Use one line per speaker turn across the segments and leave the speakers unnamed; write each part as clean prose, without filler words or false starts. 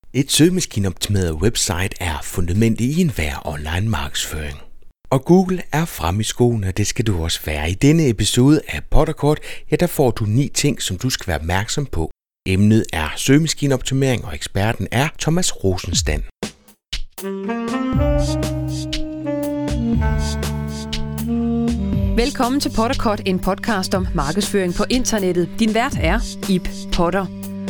Et søgemaskineoptimeret website er fundamentet i enhver online markedsføring. Og Google er fremme i skoene, og det skal du også være. I denne episode af Potterkort, der får du 9 ting, som du skal være opmærksom på. Emnet er søgemaskineoptimering, og eksperten er Thomas Rosenstand.
Velkommen til Potterkort, en podcast om markedsføring på internettet. Din vært er Ib Potter.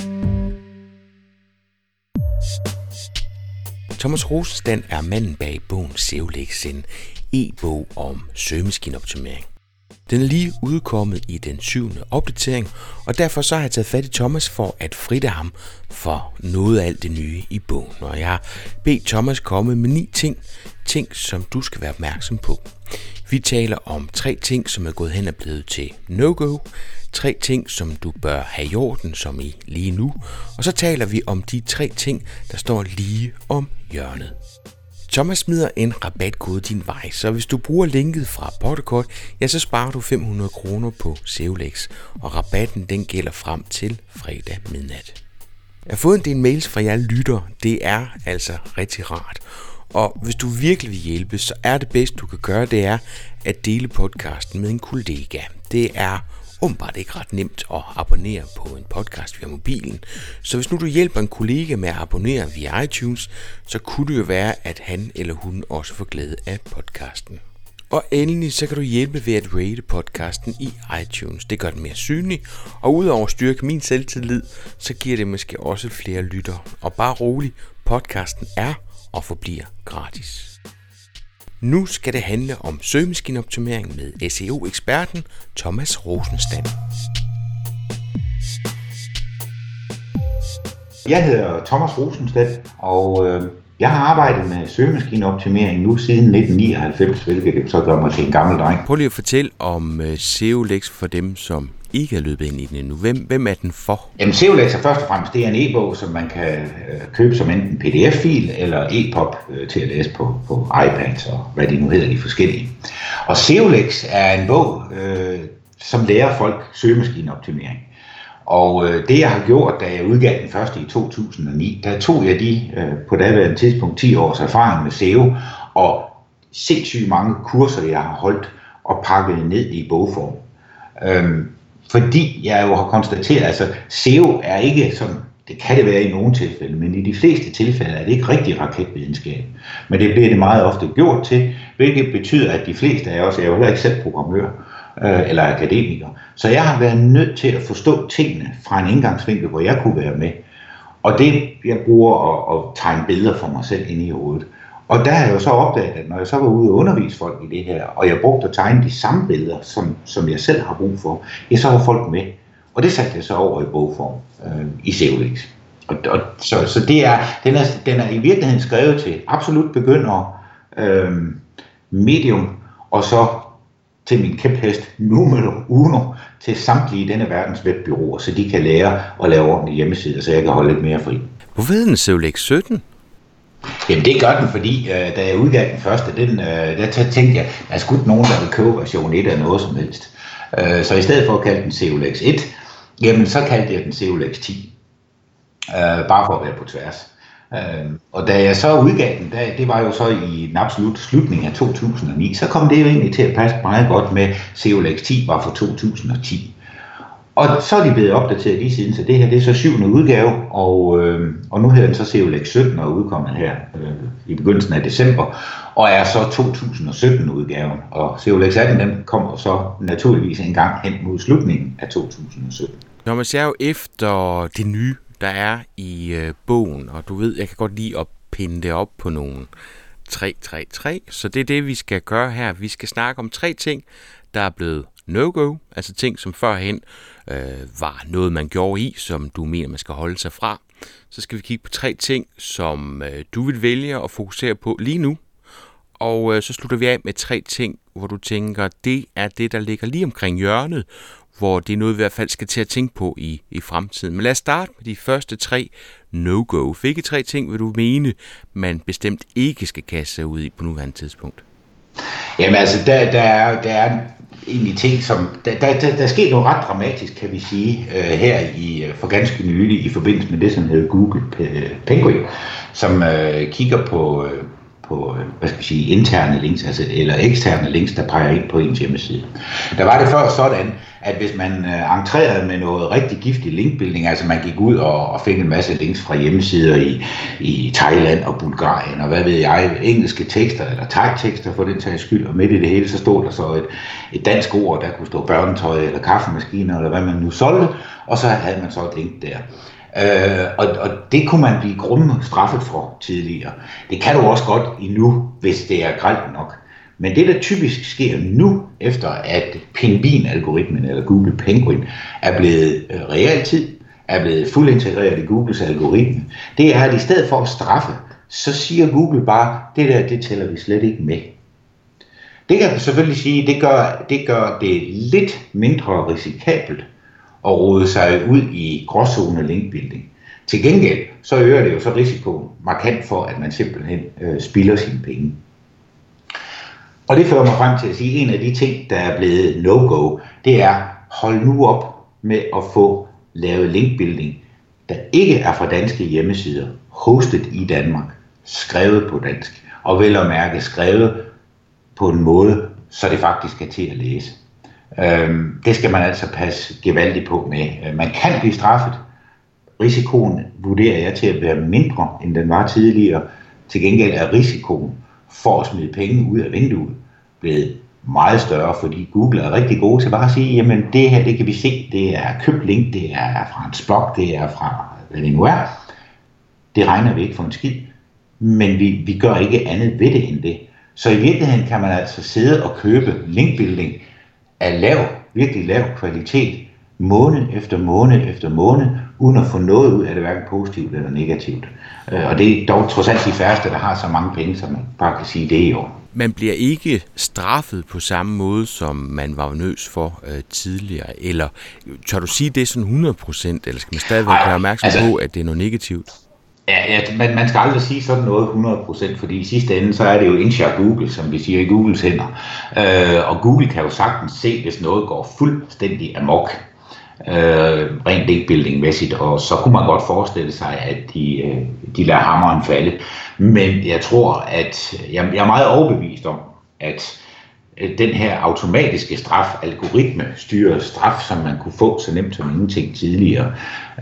Thomas Rosenstand er manden bag bogen SEOlex, en e-bog om søgemaskineoptimering. Den er lige udkommet i den 7. opdatering, og derfor så har jeg taget fat i Thomas for at fritte ham for noget af alt det nye i bogen. Og jeg har bedt Thomas komme med 9 ting, som du skal være opmærksom på. Vi taler om 3 ting, som er gået hen og blevet til no-go, 3 ting, som du bør have i orden, som i lige nu, og så taler vi om de 3 ting, der står lige om hjørnet. Thomas smider en rabatkode din vej, så hvis du bruger linket fra Potterkort, så sparer du 500 kroner på SEOlex, og rabatten den gælder frem til fredag midnat. Jeg har fået en del mails fra jer lytter, det er altså rigtig rart. Og hvis du virkelig vil hjælpe, så er det bedste du kan gøre, det er at dele podcasten med en kollega. Det er åbenbart ikke ret nemt at abonnere på en podcast via mobilen. Så hvis nu du hjælper en kollega med at abonnere via iTunes, så kunne det jo være, at han eller hun også får glæde af podcasten. Og endelig så kan du hjælpe ved at rate podcasten i iTunes. Det gør den mere synlig, og udover at styrke min selvtillid, så giver det måske også flere lytter. Og bare rolig, podcasten er og forbliver gratis. Nu skal det handle om søgemaskineoptimering med SEO-eksperten Thomas Rosenstand.
Jeg hedder Thomas Rosenstand, og jeg har arbejdet med søgemaskineoptimering nu siden 1999, hvilket så gør mig til en gammel dreng.
Prøv lige at fortælle om SEOlex for dem, som ikke er løbet ind i den endnu. Hvem er den for?
Jamen, SEOlex er først og fremmest det er en e-bog, som man kan købe som enten pdf-fil eller e-pub til at læse på iPads og hvad de nu hedder, de forskellige. Og SEOlex er en bog, som lærer folk søgemaskineoptimering. Og det jeg har gjort, da jeg udgav den første i 2009, der tog jeg på daværende tidspunkt 10 års erfaring med SEO og sindssygt mange kurser, jeg har holdt og pakket ned i bogform. Fordi jeg jo har konstateret, altså SEO er ikke sådan, det kan det være i nogle tilfælde, men i de fleste tilfælde er det ikke rigtig raketvidenskab. Men det bliver det meget ofte gjort til, hvilket betyder, at de fleste af os, jeg er jo heller ikke selv programmør eller akademiker, så jeg har været nødt til at forstå tingene fra en indgangsvinkel, hvor jeg kunne være med. Og det, jeg bruger at tegne billeder for mig selv inde i hovedet. Og der har jeg jo så opdaget, at når jeg så var ude og undervise folk i det her, og jeg brugte at tegne de samme billeder, som jeg selv har brug for, så var folk med. Og det satte jeg så over i bogform i SEOlex. Så den er i virkeligheden skrevet til absolut begyndere, medium, og så til min kæphest numero uno til samtlige denne verdens webbureauer, så de kan lære at lave ordentlige hjemmesider, så jeg kan holde lidt mere fri.
Hvorfor hedder den SEOlex 17?
Jamen det gør den, fordi da jeg udgav den første, der tænkte jeg, der er sgu ikke nogen, der vil købe version 1 af noget som helst. Så i stedet for at kalde den SEOlex 1, jamen så kaldte jeg den SEOlex 10. Bare for at være på tværs. Og da jeg så udgav den, det var jo så i den absolutte slutning af 2009, så kom det jo egentlig til at passe meget godt med SEOlex 10 var fra 2010. Og så er de blevet opdateret lige siden, så det her det er så 7. udgave, og nu hedder den så SEOlex 17 og er udkommet her i begyndelsen af december, og er så 2017 udgaven. Og SEOlex 18 den kommer så naturligvis en gang hen mod slutningen af 2017.
Når man ser jo efter det nye, der er i bogen, og du ved, jeg kan godt lide at pinde det op på nogle 3, så det er det, vi skal gøre her. Vi skal snakke om 3 ting, der er blevet no-go, altså ting, som førhen var noget, man gjorde i, som du mener, man skal holde sig fra. Så skal vi kigge på 3 ting, som du vil vælge at fokusere på lige nu. Og så slutter vi af med 3 ting, hvor du tænker, det er det, der ligger lige omkring hjørnet, hvor det er noget, vi i hvert fald skal til at tænke på i fremtiden. Men lad os starte med de første 3 no-go. Hvilke 3 ting vil du mene, man bestemt ikke skal kaste sig ud i på nuværende tidspunkt?
Jamen altså, der er egentlig ting, som... Der skete noget ret dramatisk, kan vi sige, her for ganske nylig i forbindelse med det, som hedder Google Penguin, som kigger på hvad skal vi sige, interne links, altså, eller eksterne links, der peger ind på ens hjemmeside. Der var det før sådan, at hvis man entrerede med noget rigtig giftig linkbuilding, altså man gik ud og fik en masse links fra hjemmesider i Thailand og Bulgarien, og hvad ved jeg, engelske tekster eller thai-tekster for den sags skyld, og midt i det hele, så stod der så et dansk ord, der kunne stå børnetøj eller kaffemaskiner, eller hvad man nu solgte, og så havde man så et link der. Og det kunne man blive grumme straffet for tidligere. Det kan du også godt endnu, hvis det er grelt nok. Men det, der typisk sker nu, efter at Penguin-algoritmen eller Google Penguin er blevet realtid, er blevet fuldt integreret i Googles algoritme, det er, at i stedet for at straffe, så siger Google bare, det tæller vi slet ikke med. Det kan jeg selvfølgelig sige, det gør det lidt mindre risikabelt at rode sig ud i gråzone linkbuilding. Til gengæld, så øger det jo så risikoen markant for, at man simpelthen spilder sine penge. Og det fører mig frem til at sige, at en af de ting, der er blevet no-go, det er, hold nu op med at få lavet linkbuilding, der ikke er fra danske hjemmesider, hostet i Danmark, skrevet på dansk, og vel at mærke skrevet på en måde, så det faktisk er til at læse. Det skal man altså passe gevaldigt på med. Man kan blive straffet. Risikoen vurderer jeg til at være mindre, end den var tidligere. Til gengæld er risikoen for at smide penge ud af vinduet blevet meget større, fordi Google er rigtig gode til bare at sige, jamen det her, det kan vi se, det er købt link, det er fra en blog, det er fra hvad det nu er. Det regner vi ikke for en skid, men vi gør ikke andet ved det end det. Så i virkeligheden kan man altså sidde og købe linkbuilding af virkelig lav kvalitet, måned efter måned efter måned, uden at få noget ud af det, hverken positivt eller negativt. Og det er dog trods alt de færreste, der har så mange penge, som man bare kan sige det i år.
Man bliver ikke straffet på samme måde, som man var nøs for tidligere, eller tør du sige det sådan 100%, eller skal man stadigvæk være opmærksom på, at det er noget negativt?
Ja, man skal aldrig sige sådan noget 100%, fordi i sidste ende, så er det jo insha Google, som vi siger, i Googles hænder. Og Google kan jo sagtens se, hvis noget går fuldstændig amok, rent linkbuilding-mæssigt, og så kunne man godt forestille sig, at de lader hammeren falde. Men jeg tror, at jeg er meget overbevist om, at den her automatiske straf, styrer straf, som man kunne få så nemt som ingenting tidligere,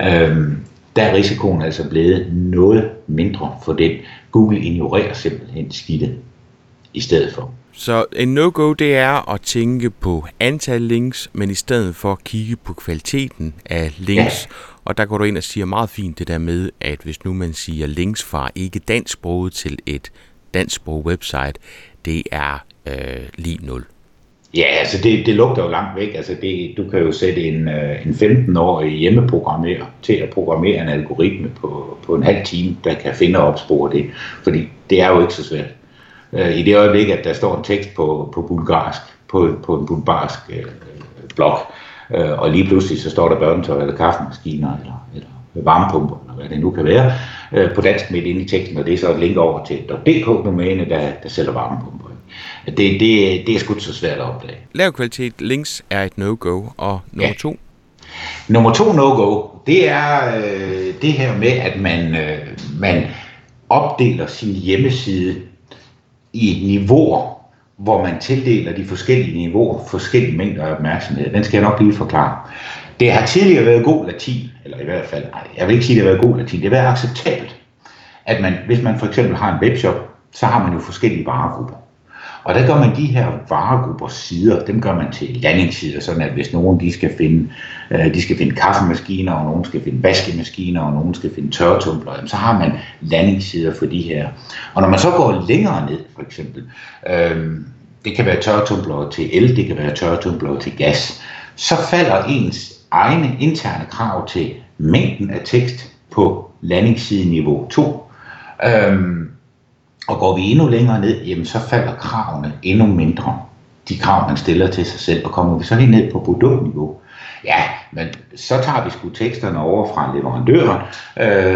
der er risikoen altså blevet noget mindre for den. Google ignorerer simpelthen skidtet i stedet for.
Så en no-go, det er at tænke på antal links, men i stedet for at kigge på kvaliteten af links. Ja. Og der går du ind og siger meget fint det der med, at hvis nu man siger links fra ikke dansksproget til et dansksproget website, det er lige 0.
Ja, altså det lugter jo langt væk. Altså du kan jo sætte en 15-årig hjemmeprogrammer til at programmere en algoritme på en halv time, der kan finde og opspore det. Fordi det er jo ikke så svært. I det øjeblik, at der står en tekst på bulgarsk, på en bulgarsk blog, og lige pludselig så står der børnetøj eller kaffemaskiner eller varmepumper, eller hvad det nu kan være, på dansk midt inde i teksten, og det er så et link over til et .dk-domæne, der sælger varmepumper. Det er sgu så svært at opdage.
Lav kvalitet links er et no-go, og nummer 2?
Nummer 2 no-go, det er det her med, at man opdeler sin hjemmeside i niveauer, hvor man tildeler de forskellige niveauer forskellige mængder af opmærksomhed. Den skal jeg nok lige forklare. Det har tidligere været god latin, eller i hvert fald, jeg vil ikke sige, at det har været god latin, det har været acceptabelt, at hvis man for eksempel har en webshop, så har man jo forskellige varegrupper. Og der gør man de her varegruppers sider, dem gør man til landingssider, sådan at hvis nogen de skal finde kaffemaskiner, og nogen skal finde vaskemaskiner, og nogen skal finde tørretumbler, så har man landingssider for de her. Og når man så går længere ned, for eksempel, det kan være tørretumbler til el, det kan være tørretumbler til gas, så falder ens egne interne krav til mængden af tekst på landingsside niveau 2. Og går vi endnu længere ned, jamen så falder kravene endnu mindre. De krav, man stiller til sig selv, og kommer vi så helt ned på produktniveau. Ja, men så tager vi sgu teksterne over fra leverandøren,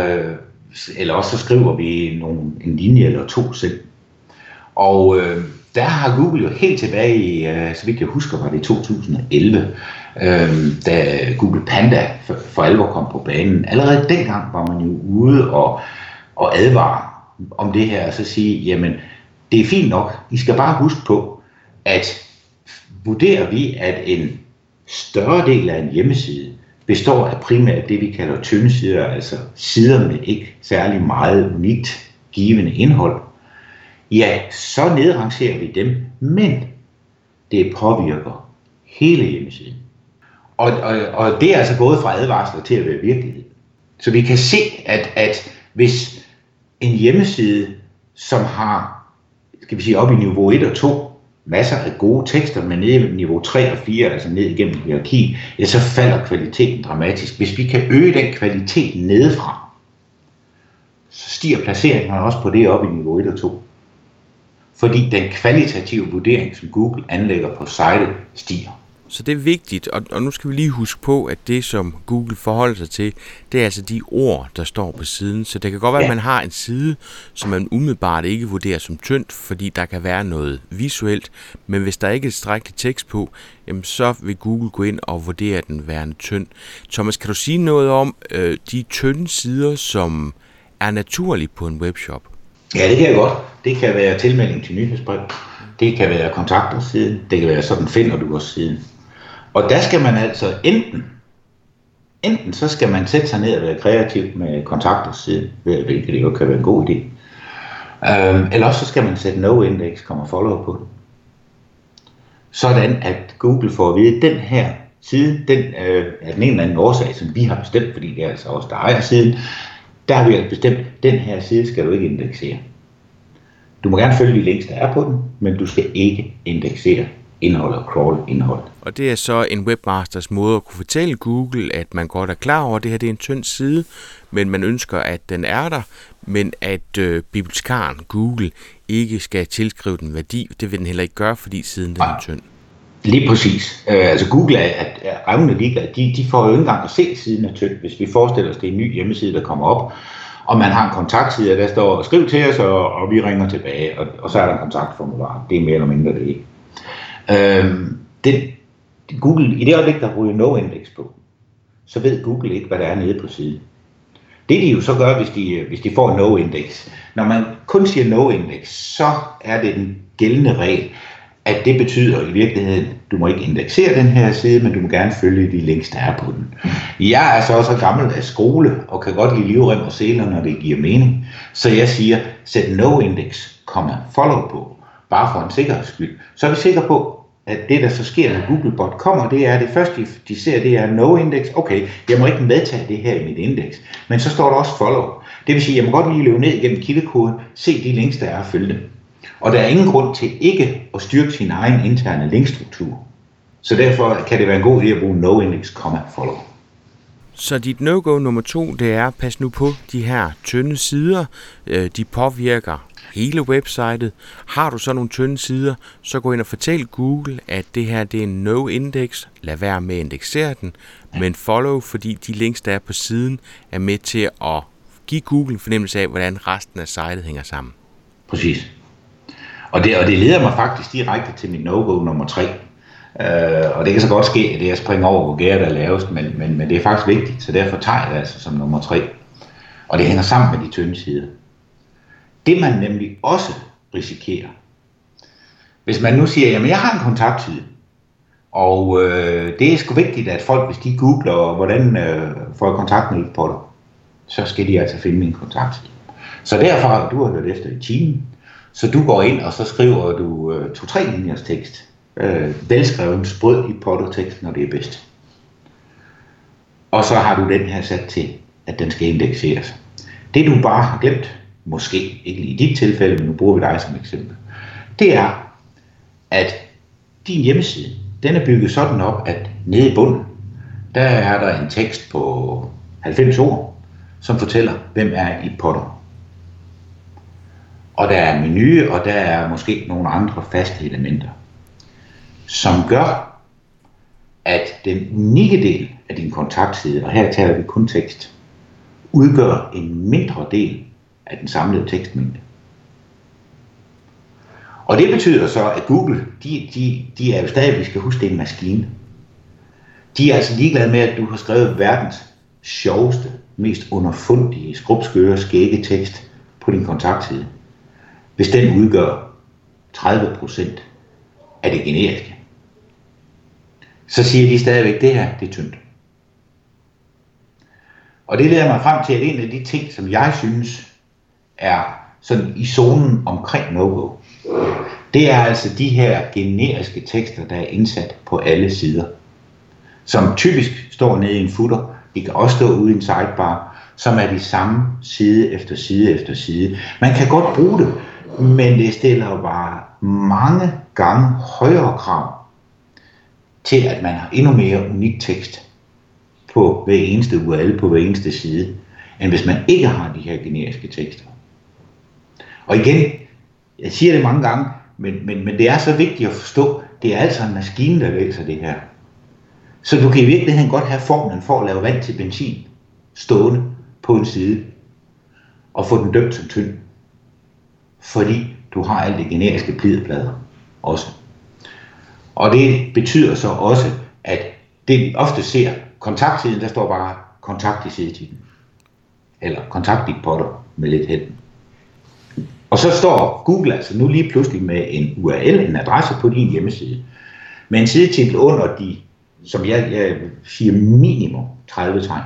eller også så skriver vi en linje eller 2 selv. Og der har Google jo helt tilbage i, så vidt jeg husker, var det i 2011, da Google Panda for alvor kom på banen. Allerede dengang var man jo ude og advare om det her, og så sige, jamen, det er fint nok. I skal bare huske på, at vurderer vi, at en større del af en hjemmeside består af primært det, vi kalder tynde sider, altså sider med ikke særlig meget unikt givende indhold, ja, så nedrangerer vi dem, men det påvirker hele hjemmesiden. Og det er altså gået fra advarsler til at være virkelighed. Så vi kan se, at hvis en hjemmeside, som har, skal vi sige, op i niveau 1 og 2, masser af gode tekster, men nede i niveau 3 og 4, altså ned igennem hierarki, ja, så falder kvaliteten dramatisk. Hvis vi kan øge den kvalitet nedefra, så stiger placeringen også på det op i niveau 1 og 2. Fordi den kvalitative vurdering, som Google anlægger på sitet, stiger.
Så det er vigtigt, og nu skal vi lige huske på, at det, som Google forholder sig til, det er altså de ord, der står på siden. Så det kan godt være, at man har en side, som man umiddelbart ikke vurderer som tyndt, fordi der kan være noget visuelt. Men hvis der ikke er tilstrækkelig tekst på, jamen så vil Google gå ind og vurdere den værende tynd. Thomas, kan du sige noget om de tynde sider, som er naturlige på en webshop?
Ja, det kan jeg godt. Det kan være tilmelding til nyhedsbrev. Det kan være kontaktersiden. Det kan være sådan finder du os siden. Og der skal man altså enten så skal man sætte sig ned og være kreativ med kontaktersiden, hvilket jo kan være en god idé. Eller også så skal man sætte no-index, follow på den. Sådan at Google får at vide, at den her side, den er den ene eller anden årsag, som vi har bestemt, fordi det er altså også der ejer siden, der har vi altså bestemt, at den her side skal du ikke indeksere. Du må gerne følge de links, der er på den, men du skal ikke indeksere indhold og crawl indhold. Og
det er så en webmasters måde at kunne fortælle Google, at man godt er klar over, at det her det er en tynd side, men man ønsker, at den er der, men at bibliotekaren Google ikke skal tilskrive den værdi. Det vil den heller ikke gøre, fordi siden den er tynd.
Lige præcis. Altså Google er revnende ligeglad. De får jo ikke engang at se siden er tynd, hvis vi forestiller os, det er en ny hjemmeside, der kommer op, og man har en kontaktside, der står, skriv til os, og vi ringer tilbage, og så er der en kontaktformular. Det er mere eller mindre det ikke. Google, i det øjeblik, der ryger no-index på, så ved Google ikke, hvad der er nede på siden. Det de jo så gør, hvis de får no-index, når man kun siger no-index, så er det den gældende regel, at det betyder i virkeligheden, du må ikke indeksere den her side, men du må gerne følge de links, der er på den. Jeg er så også gammel af skole, og kan godt lide livrem og seler, når det giver mening. Så jeg siger, sæt no-index, follow på, bare for en sikkerheds skyld. Så er vi sikre på, at det, der så sker, når Googlebot kommer, det er det første, de ser, det er no-index. Okay, jeg må ikke medtage det her i mit indeks. Men så står der også follow. Det vil sige, jeg må godt lige løbe ned igennem kildekoden, se de links, der er og følge dem. Og der er ingen grund til ikke at styrke sin egen interne linkstruktur. Så derfor kan det være en god idé at bruge no-index, follow.
Så dit no-go nummer 2, det er, pas nu på de her tynde sider. De påvirker hele websitet. Har du så nogle tynde sider, så gå ind og fortæl Google, at det her det er en no-index. Lad være med at indeksere den, men follow, fordi de links, der er på siden, er med til at give Google en fornemmelse af, hvordan resten af sitet hænger sammen.
Præcis. Og det leder mig faktisk direkte til mit no-go nummer 3. Og det kan så godt ske, at jeg springer over, hvor gære der er lavest, men det er faktisk vigtigt, så derfor tager jeg det altså som nummer 3. Og det hænger sammen med de tynde sider. Det man nemlig også risikerer, hvis man nu siger, jamen jeg har en kontaktside, og det er sgu vigtigt, at folk, hvis de googler, hvordan får jeg kontakt med på dig, så skal de altså finde min kontaktside. Så derfor, du har hørt efter i timen, så du går ind, og så skriver du 2-3 linjers tekst. Velskreven sprød i potterteksten, når det er bedst. Og så har du den her sat til, at den skal indekseres. Det du bare har glemt, måske ikke i dit tilfælde, men nu bruger vi dig som eksempel, det er, at din hjemmeside, den er bygget sådan op, at nede i bunden, der er der en tekst på 90 ord, som fortæller, hvem er i Potter. Og der er en menu, og der er måske nogle andre faste elementer, som gør, at den unikke del af din kontaktside, og her taler vi kun tekst, udgør en mindre del af den samlede tekstmængde. Og det betyder så, at Google, de er jo stadig, vi skal huske, det er en maskine. De er altså ligeglade med, at du har skrevet verdens sjoveste, mest underfundige, skrubskøre, skægge tekst på din kontaktside. Hvis den udgør 30% af det generiske, så siger de stadigvæk, at det her, det er tyndt. Og det leder mig frem til, at en af de ting, som jeg synes er sådan i zonen omkring no-go, det er altså de her generiske tekster, der er indsat på alle sider, som typisk står nede i en footer. De kan også stå ude i en sidebar, som er de samme side efter side efter side. Man kan godt bruge det, men det stiller jo bare mange gange højere krav til, at man har endnu mere unik tekst på hver eneste URL, på hver eneste side, end hvis man ikke har de her generiske tekster. Og igen, jeg siger det mange gange, men det er så vigtigt at forstå, det er altså en maskine, der læser det her. Så du kan i virkeligheden godt have formlen for at lave vand til benzin stående på en side og få den dømt som tynd. Fordi du har alle de generiske pliderplader også. Og det betyder så også, at det vi ofte ser, kontaktsiden, der står bare kontakt i sidetitlen. Eller kontakt dit potter med lidt held. Og så står Google altså nu lige pludselig med en URL, en adresse på din hjemmeside. Med en sidetitel under de, som jeg siger, minimum 30 tegn.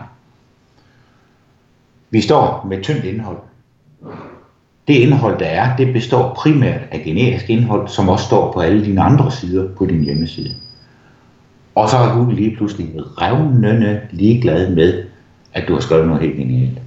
Vi står med tyndt indhold. Det indhold, der er, det består primært af generisk indhold, som også står på alle dine andre sider på din hjemmeside. Og så er Google lige pludselig revnende ligeglad med, at du har skrevet noget helt genialt.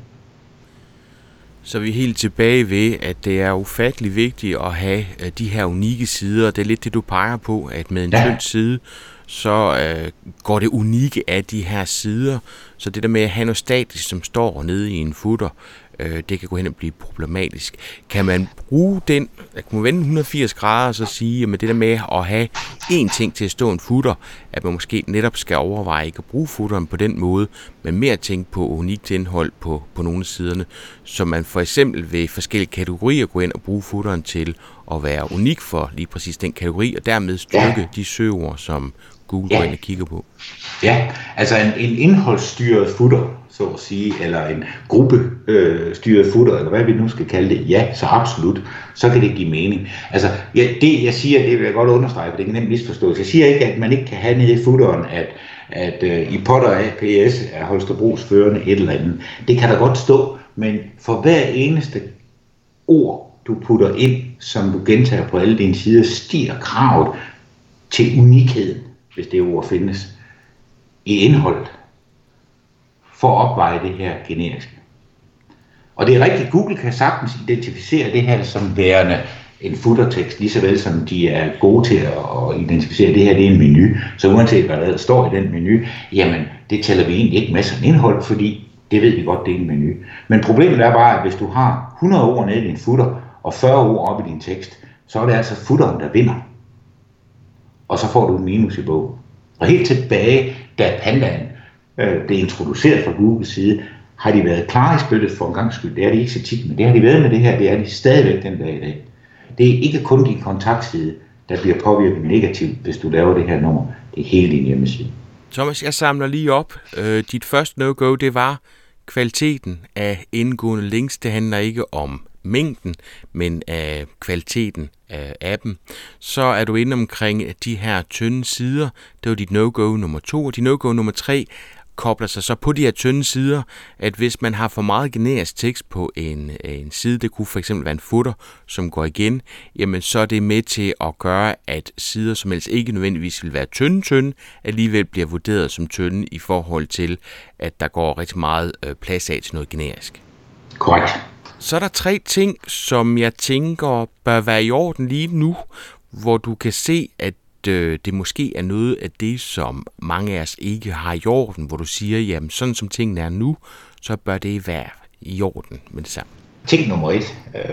Så vi er helt tilbage ved, at det er ufattelig vigtigt at have de her unikke sider. Det er lidt det, du peger på, at med en tynd side, så går det unikke af de her sider. Så det der med at have noget statisk, som står nede i en footer, det kan gå hen og blive problematisk. Kan man bruge den, kan man vende 180 grader og så sige, at med det der med at have én ting til at stå en footer, at man måske netop skal overveje ikke at bruge footeren på den måde, men mere tænke på unikt indhold på nogle af siderne, så man for eksempel ved forskellige kategorier gå ind og bruge footeren til at være unik for lige præcis den kategori, og dermed styrke de søgeord, som Google går ind og kigger på.
Ja, altså en indholdsstyret footer, så at sige, eller en gruppestyret footer, eller hvad vi nu skal kalde det, ja, så absolut, så kan det give mening. Altså, det jeg siger, det vil jeg godt understrege, for det kan nemt misforstås. Jeg siger ikke, at man ikke kan have nede i footeren, at i Potter APS er Holstebros førende et eller andet. Det kan der godt stå, men for hver eneste ord, du putter ind, som du gentager på alle dine sider, stiger kravet til unikheden, hvis det ord findes, i indholdet, for at opveje det her generiske. Og det er rigtigt, Google kan sagtens identificere det her som værende en footertekst, lige så vel som de er gode til at identificere, det her det er en menu. Så uanset hvad der står i den menu, jamen det tæller vi egentlig ikke med som indhold, fordi det ved vi godt, det er en menu. Men problemet er bare, at hvis du har 100 ord nede i din footer, og 40 ord op i din tekst, så er det altså footeren, der vinder. Og så får du en minus i bogen. Og helt tilbage, da Pandaen blev introduceret fra Googles side, har de været klare i spyttet for en gangs skyld. Det er de ikke så tit, men det har de været med det her, det er de stadigvæk den dag i dag. Det er ikke kun din kontaktside, der bliver påvirket negativt, hvis du laver det her nummer. Det er hele din hjemmeside.
Thomas, jeg samler lige op. Dit første no-go, det var kvaliteten af indgående links. Det handler ikke om mængden, men af kvaliteten af appen. Så er du inde omkring de her tynde sider. Det var dit no-go nummer 2. Og dit no-go nummer 3 kobler sig så på de her tynde sider, at hvis man har for meget generisk tekst på en side, det kunne for eksempel være en footer, som går igen, jamen så er det med til at gøre, at sider, som ellers ikke nødvendigvis vil være tynde, alligevel bliver vurderet som tynde i forhold til, at der går rigtig meget plads af til noget generisk.
Korrekt.
Så er der 3 ting, som jeg tænker bør være i orden lige nu, hvor du kan se, at det måske er noget af det, som mange af os ikke har i orden, hvor du siger, jamen sådan som tingene er nu, så bør det være i orden med det samme.
Ting nummer 1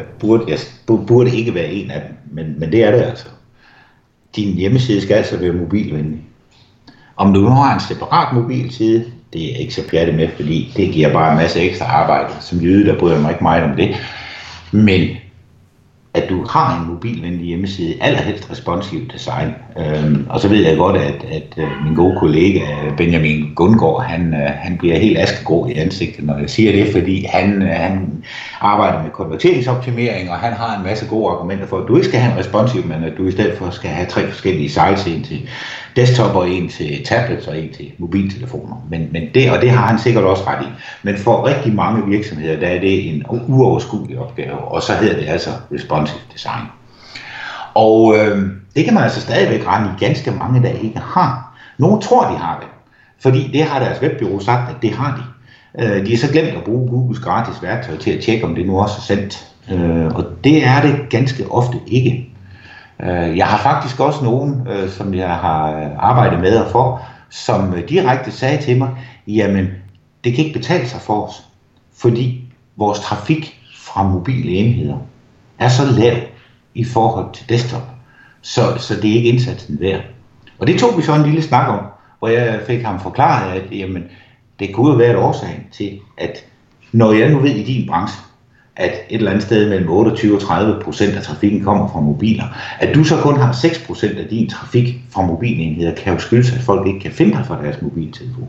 burde ikke være en af dem, men det er det altså. Din hjemmeside skal altså være mobilvenlig. Om du nu har en separat mobilside, det er jeg ikke så pjattet med, fordi det giver bare en masse ekstra arbejde. Som jøde, der bryder mig ikke meget om det. Men at du har en mobilvenlig hjemmeside, allerhelst responsive design. Og så ved jeg godt, at min gode kollega Benjamin Gundgaard, han bliver helt askegrå i ansigtet, når jeg siger det, fordi han arbejder med konverteringsoptimering, og han har en masse gode argumenter for, at du ikke skal have en responsive, men at du i stedet for skal have 3 forskellige sites, en til desktop og en til tablets og en til mobiltelefoner. Det har han sikkert også ret i. Men for rigtig mange virksomheder, der er det en uoverskuelig opgave, og så hedder det altså responsive design. Og det kan man altså stadigvæk rende i ganske mange, der ikke har. Nogle tror, de har det, fordi det har deres webbureau sagt, at det har de. De har så glemt at bruge Googles gratis værktøj til at tjekke, om det nu også er sendt. Og det er det ganske ofte ikke. Jeg har faktisk også nogen, som jeg har arbejdet med og for, som direkte sagde til mig, jamen det kan ikke betale sig for os, fordi vores trafik fra mobile enheder er så lav i forhold til desktop, så det er ikke indsatsen værd. Og det tog vi så en lille snak om, hvor jeg fik ham forklaret, at jamen, det kunne jo være et årsagen til, at når jeg nu ved i din branche, at et eller andet sted mellem 28 og 30% af trafikken kommer fra mobiler, at du så kun har 6% af din trafik fra mobilenheder, kan jo skyldes, at folk ikke kan finde dig fra deres mobiltelefoner.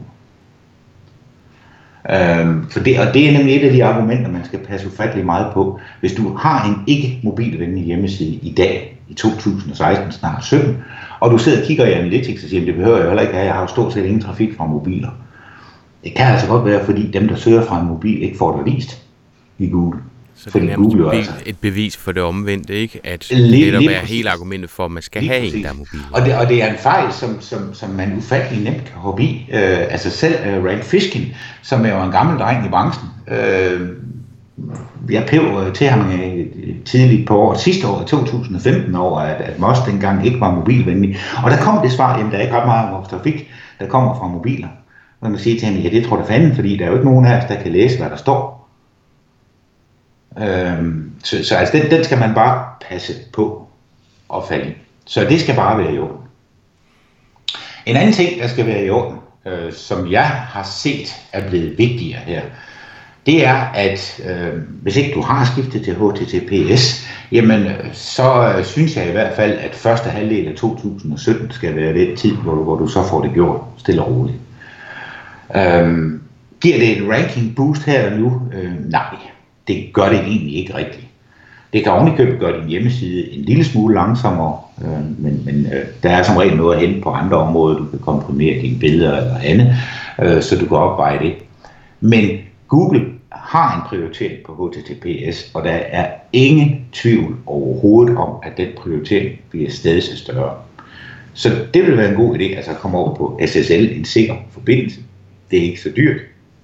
Og det er nemlig et af de argumenter, man skal passe ufattelig meget på. Hvis du har en ikke mobilvenlig hjemmeside i dag, i 2016, snart 17, og du sidder og kigger i Analytics og siger, det behøver jeg heller ikke have, jeg har jo stort set ingen trafik fra mobiler. Det kan altså godt være, fordi dem, der søger fra en mobil, ikke får det vist i Google.
Så det er nærmest altså et bevis for det omvendte, ikke? At det der er hele argumentet for, at man skal have en, der er mobil.
Og det er en fejl, som man ufattelig nemt kan hoppe i. Altså selv Rand Fishkin, som er jo en gammel dreng i branchen, jeg pev til ham tidligt på året, sidste år, 2015, over, at Moz dengang ikke var mobilvenlig. Og der kom det svar, jamen der er ikke ret meget af vores trafik, der kommer fra mobiler. Og man siger til ham, ja det tror jeg fanden, fordi der er jo ikke nogen af os, der kan læse, hvad der står. Så altså den skal man bare passe på at falde i. Så det skal bare være i orden. En anden ting, der skal være i orden, som jeg har set er blevet vigtigere her, det er, at hvis ikke du har skiftet til HTTPS, jamen så synes jeg i hvert fald, at første halvdel af 2017 skal være den tid, hvor du så får det gjort stille og roligt. Giver det en ranking boost her og nu? Nej. Det gør det egentlig ikke rigtigt. Det kan ovenikøbet gøre din hjemmeside en lille smule langsommere, men der er som regel noget at hente på andre områder. Du kan komprimere dine billeder eller andet, så du kan opveje det. Men Google har en prioritering på HTTPS, og der er ingen tvivl overhovedet om, at den prioritering bliver stadig større. Så det vil være en god idé, altså at komme over på SSL, en sikker forbindelse. Det er ikke så dyrt.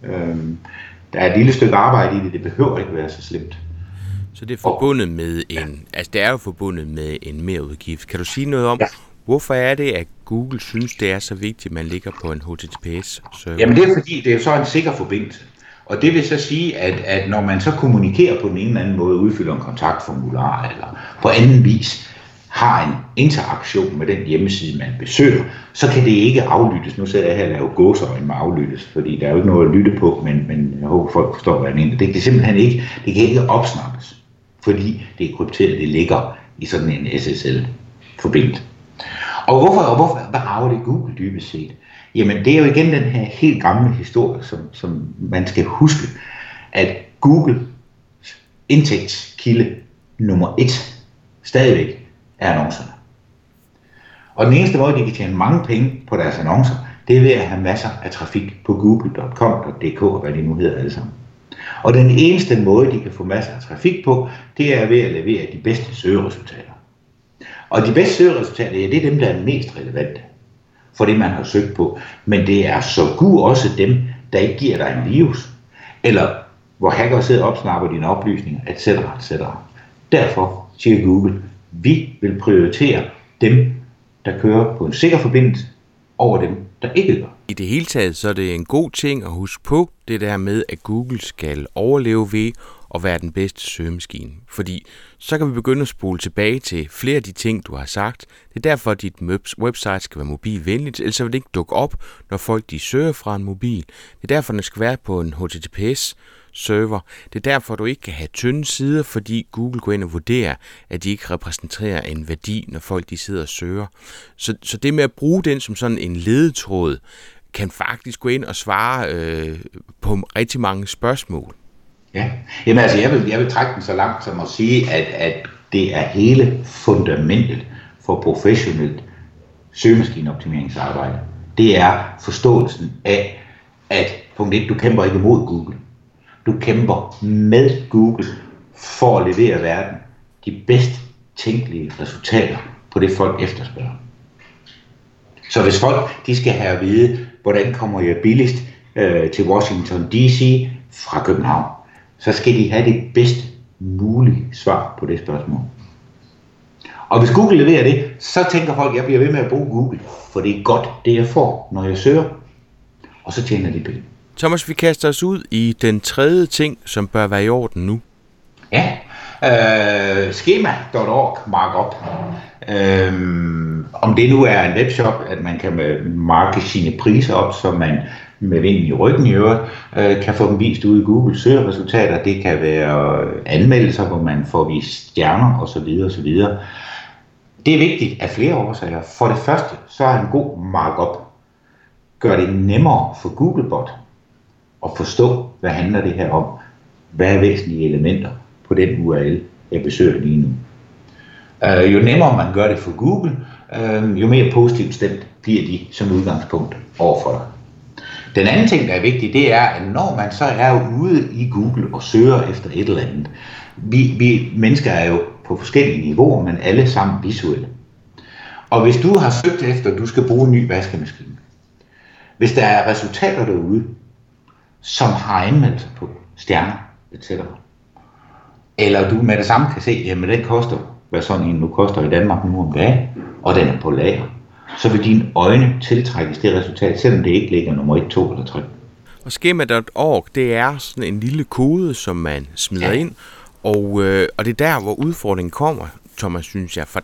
Der er et lille stykke arbejde i det, det behøver ikke være så slemt.
Så det er forbundet med det er jo forbundet med en merudgift. Kan du sige noget om, hvorfor er det, at Google synes, det er så vigtigt, at man ligger på en HTTPS-server?
Jamen det er fordi, det er så en sikker forbindelse. Og det vil så sige, at når man så kommunikerer på den ene eller anden måde, udfylder en kontaktformular eller på anden vis, har en interaktion med den hjemmeside, man besøger, så kan det ikke aflyttes. Nu sidder jeg her og laver gåseøjne med aflyttes, fordi der er jo ikke noget at lytte på, men jeg håber, folk forstår, hvad jeg mener. Det kan simpelthen ikke, det kan ikke opsnappes, fordi det er krypteret, det ligger i sådan en SSL-forbindelse. Og hvorfor arver det Google dybest set? Jamen, det er jo igen den her helt gamle historie, som man skal huske, at Google indtægtskilde nummer 1 stadigvæk er annoncerne. Og den eneste måde, de kan tjene mange penge på deres annoncer, det er ved at have masser af trafik på google.com.dk og hvad de nu hedder alle sammen. Og den eneste måde, de kan få masser af trafik på, det er ved at levere de bedste søgeresultater. Og de bedste søgeresultater, ja, det er dem, der er mest relevante for det, man har søgt på. Men det er så også dem, der ikke giver dig en virus, eller hvor hacker sidder og opsnapper dine oplysninger, etc. etc. Derfor siger Google, vi vil prioritere dem, der kører på en sikker forbindelse, over dem, der ikke gør.
I det hele taget, så er det en god ting at huske på, det der med, at Google skal overleve ved at være den bedste søgemaskine. Fordi så kan vi begynde at spole tilbage til flere af de ting, du har sagt. Det er derfor, at dit website skal være mobilvenligt, ellers vil det ikke dukke op, når folk de søger fra en mobil. Det er derfor, den skal være på en HTTPS server. Det er derfor, du ikke kan have tynde sider, fordi Google går ind og vurderer, at de ikke repræsenterer en værdi, når folk de sidder og søger. Så det med at bruge den som sådan en ledetråd, kan faktisk gå ind og svare på rigtig mange spørgsmål.
Ja, jamen altså jeg vil trække den så langt som at sige, at det er hele fundamentet for professionelt søgemaskineoptimeringsarbejde. Det er forståelsen af, at punkt 1, du kæmper ikke mod Google. Du kæmper med Google for at levere verden de bedst tænkelige resultater på det, folk efterspørger. Så hvis folk de skal have at vide, hvordan kommer jeg billigst til Washington D.C. fra København, så skal de have det bedst mulige svar på det spørgsmål. Og hvis Google leverer det, så tænker folk, at jeg bliver ved med at bruge Google, for det er godt, det jeg får, når jeg søger, og så tjener de penge.
Thomas, vi kaster os ud i den tredje ting, som bør være i orden nu.
Ja, schema.org markup. Om det nu er en webshop, at man kan marke sine priser op, så man med vind i ryggen i øvrigt, kan få dem vist ud i Google søgeresultater. Det kan være anmeldelser, hvor man får vist stjerner osv. osv. Det er vigtigt af flere årsager. For det første, så er en god markup gør det nemmere for Googlebot at forstå, hvad handler det her om. Hvad er væsentlige elementer på den URL, jeg besøger lige nu. Jo nemmere man gør det for Google, jo mere positivt stemt bliver de som udgangspunkt overfor dig. Den anden ting, der er vigtig, det er, at når man så er ude i Google og søger efter et eller andet, vi mennesker er jo på forskellige niveauer, men alle sammen visuelle. Og hvis du har søgt efter, at du skal bruge en ny vaskemaskine, hvis der er resultater derude, som har anmeldelser på stjerner, etc., eller du med det samme kan se, jamen den koster, hvad sådan en nu koster i Danmark nu om dagen, og den er på lager, så vil dine øjne tiltrækkes det resultat, selvom det ikke ligger nummer 1, 2 eller 3.
Og schema.org, det er sådan en lille kode, som man smider ind, og det er der, hvor udfordringen kommer, Thomas, synes jeg, for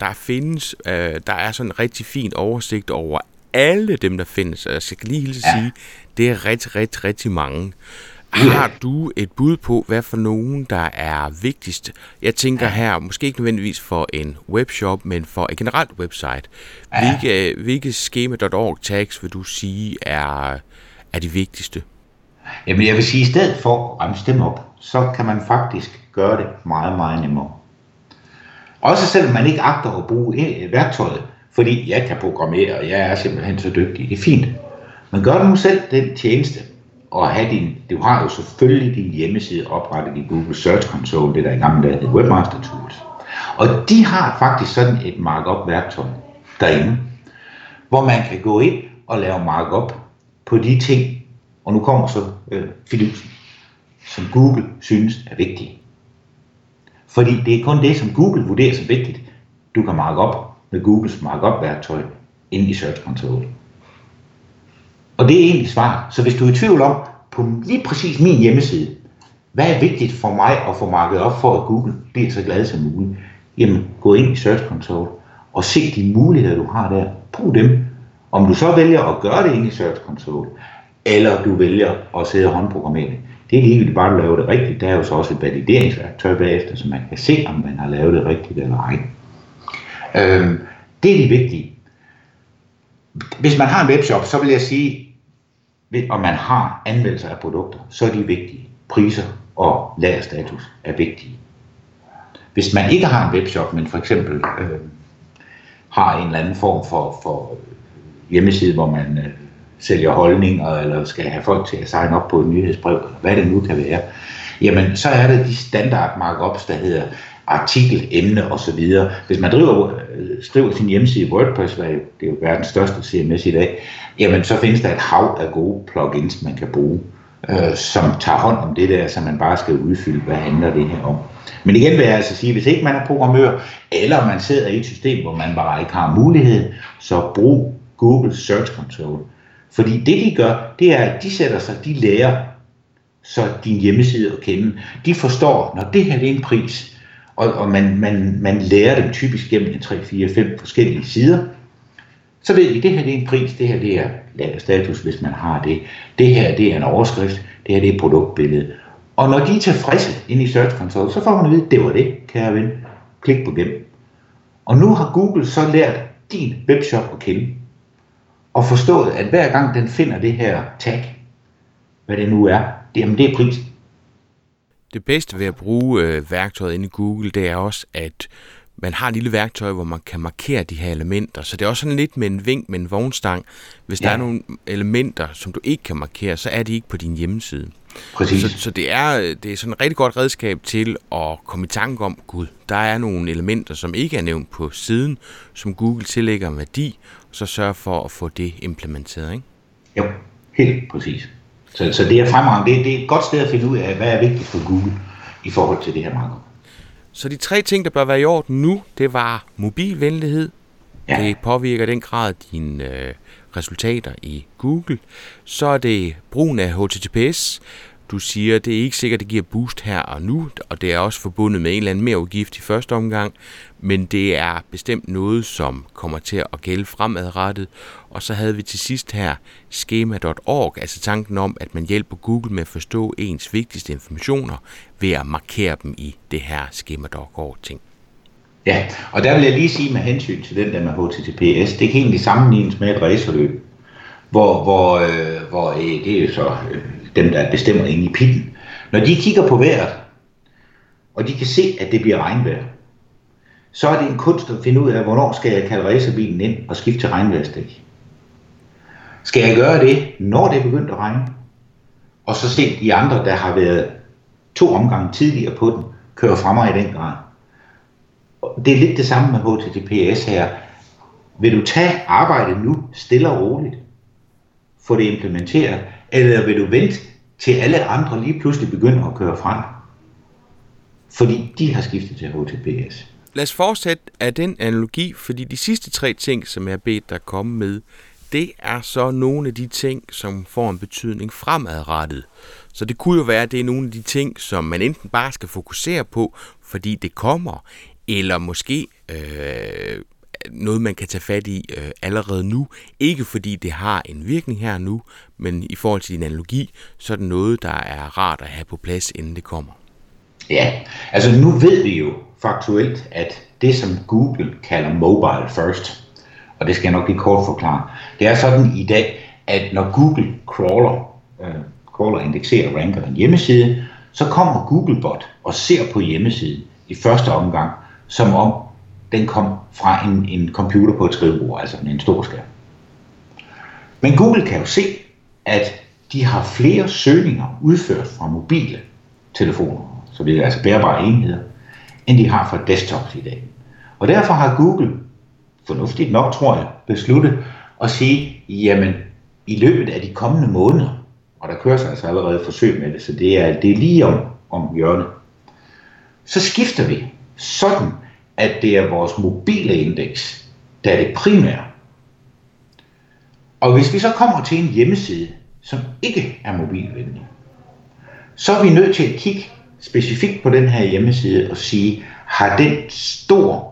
der er sådan en rigtig fin oversigt over alle dem, der findes. Altså, jeg kan lige hilse sige, det er rigtig, rigtig, rigtig mange. Har du et bud på, hvad for nogen, der er vigtigst? Jeg tænker her, måske ikke nødvendigvis for en webshop, men for et generelt website. Hvilke schema.org tags vil du sige er de vigtigste?
Jamen jeg vil sige, at i stedet for at ramse dem op, så kan man faktisk gøre det meget, meget nemmere. Også selvom man ikke agter at bruge værktøjet, fordi jeg kan programmere, og jeg er simpelthen så dygtig. Det er fint. Men gør du nu selv den tjeneste, og du har jo selvfølgelig din hjemmeside oprettet i Google Search Console, det der i gamle dage hed Webmaster Tools. Og de har faktisk sådan et markup-værktøj derinde, hvor man kan gå ind og lave markup på de ting, og nu kommer så fidusen, som Google synes er vigtige. Fordi det er kun det, som Google vurderer som vigtigt, du kan marke op med Googles markup-værktøj inde i Search Console. Og det er egentlig svar. Så hvis du er i tvivl om, på lige præcis min hjemmeside, hvad er vigtigt for mig at få market op for, at Google bliver så glad som muligt, jamen gå ind i Search Console og se de muligheder, du har der. Brug dem. Om du så vælger at gøre det inde i Search Console, eller du vælger at sidde og håndprogrammere det, det er ligegyldigt bare, at du laver det rigtigt. Der er jo så også et valideringsværktøj bagefter, så man kan se, om man har lavet det rigtigt eller ej. Det er de vigtige. Hvis man har en webshop, så vil jeg sige, om man har anmeldelser af produkter, så er de vigtige. Priser og lagerstatus er vigtige. Hvis man ikke har en webshop, men for eksempel har en eller anden form for hjemmeside, hvor man sælger holdninger, eller skal have folk til at signe op på et nyhedsbrev, eller hvad det nu kan være, jamen så er det de standard markups, der hedder artikel, emne osv. Hvis man skriver sin hjemmeside i WordPress, det er jo verdens største CMS i dag, jamen så findes der et hav af gode plugins, man kan bruge, som tager hånd om det der, så man bare skal udfylde, hvad handler det her om. Men igen vil jeg altså sige, hvis ikke man er programmør, eller man sidder i et system, hvor man bare ikke har mulighed, så brug Google Search Console. Fordi det de gør, det er, at de sætter sig, de lærer så din hjemmeside at kende. De forstår, når det her det er en pris, og man lærer dem typisk gennem 3, 4, 5 forskellige sider, så ved I, det her det er en pris, det her det er lagerstatus, hvis man har det. Det her det er en overskrift, det her det er produktbillede. Og når de er tilfredse inde i Search Console, så får man at vide, det var det, kære ven. Klik på gem. Og nu har Google så lært din webshop at kende. Og forstået, at hver gang den finder det her tag, hvad det nu er, det er prisen.
Det bedste ved at bruge værktøjet inde i Google, det er også, at man har et lille værktøj, hvor man kan markere de her elementer. Så det er også sådan lidt med en vink med en vognstang. Hvis der er nogle elementer, som du ikke kan markere, så er de ikke på din hjemmeside.
Præcis.
Så det er sådan et rigtig godt redskab til at komme i tanke om, gud, der er nogle elementer, som ikke er nævnt på siden, som Google tillægger en værdi, og så sørge for at få det implementeret, ikke?
Jo, helt præcis. Så det er fremragende. Det er et godt sted at finde ud af, hvad er vigtigt for Google i forhold til det her marked.
Så de 3 ting, der bør være i orden nu, det var mobilvenlighed. Ja. Det påvirker den grad dine resultater i Google. Så er det brugen af HTTPS. Du siger, det er ikke sikkert, det giver boost her og nu, og det er også forbundet med en eller anden mere udgift i første omgang, men det er bestemt noget, som kommer til at gælde fremadrettet. Og så havde vi til sidst her schema.org, altså tanken om, at man hjælper Google med at forstå ens vigtigste informationer ved at markere dem i det her schema.org-ting.
Ja, og der vil jeg lige sige med hensyn til den der med HTTPS, det kan egentlig sammenlignes med et racerløb, hvor det er jo så dem, der bestemmer inde i pitten. Når de kigger på vejret, og de kan se, at det bliver regnvejr, så er det en kunst at finde ud af, hvornår skal jeg kalde racerbilen ind og skifte til regnvejrsdæk. Skal jeg gøre det, når det er begyndt at regne? Og så se de andre, der har været 2 omgange tidligere på den, køre fremad i den grad. Det er lidt det samme med HTTPS her. Vil du tage arbejdet nu, stille og roligt, få det implementeret, eller vil du vente til alle andre lige pludselig begynder at køre frem? Fordi de har skiftet til HTTPS.
Lad os fortsætte af den analogi, fordi de sidste 3 ting, som jeg har bedt dig komme med, det er så nogle af de ting, som får en betydning fremadrettet. Så det kunne jo være, at det er nogle af de ting, som man enten bare skal fokusere på, fordi det kommer, eller måske noget, man kan tage fat i allerede nu. Ikke fordi det har en virkning her nu, men i forhold til din analogi, så er det noget, der er rart at have på plads, inden det kommer.
Ja, altså nu ved vi jo faktuelt, at det som Google kalder mobile first, og det skal jeg nok lige kort forklare, det er sådan i dag, at når Google crawler, indekserer og ranker en hjemmeside, så kommer Googlebot og ser på hjemmesiden i første omgang, som om den kom fra en computer på et skrivebord, altså en stor skærm. Men Google kan jo se, at de har flere søgninger udført fra mobile telefoner, så det er altså bærbare enheder, end de har fra desktops i dag. Og derfor har Google, fornuftigt nok tror jeg, besluttet at sige, jamen i løbet af de kommende måneder, og der kører sig altså allerede forsøg med det, så det er lige om hjørnet, så skifter vi sådan, at det er vores mobile indeks, der er det primære. Og hvis vi så kommer til en hjemmeside, som ikke er mobilvenlig, så er vi nødt til at kigge specifikt på den her hjemmeside og sige, har den stor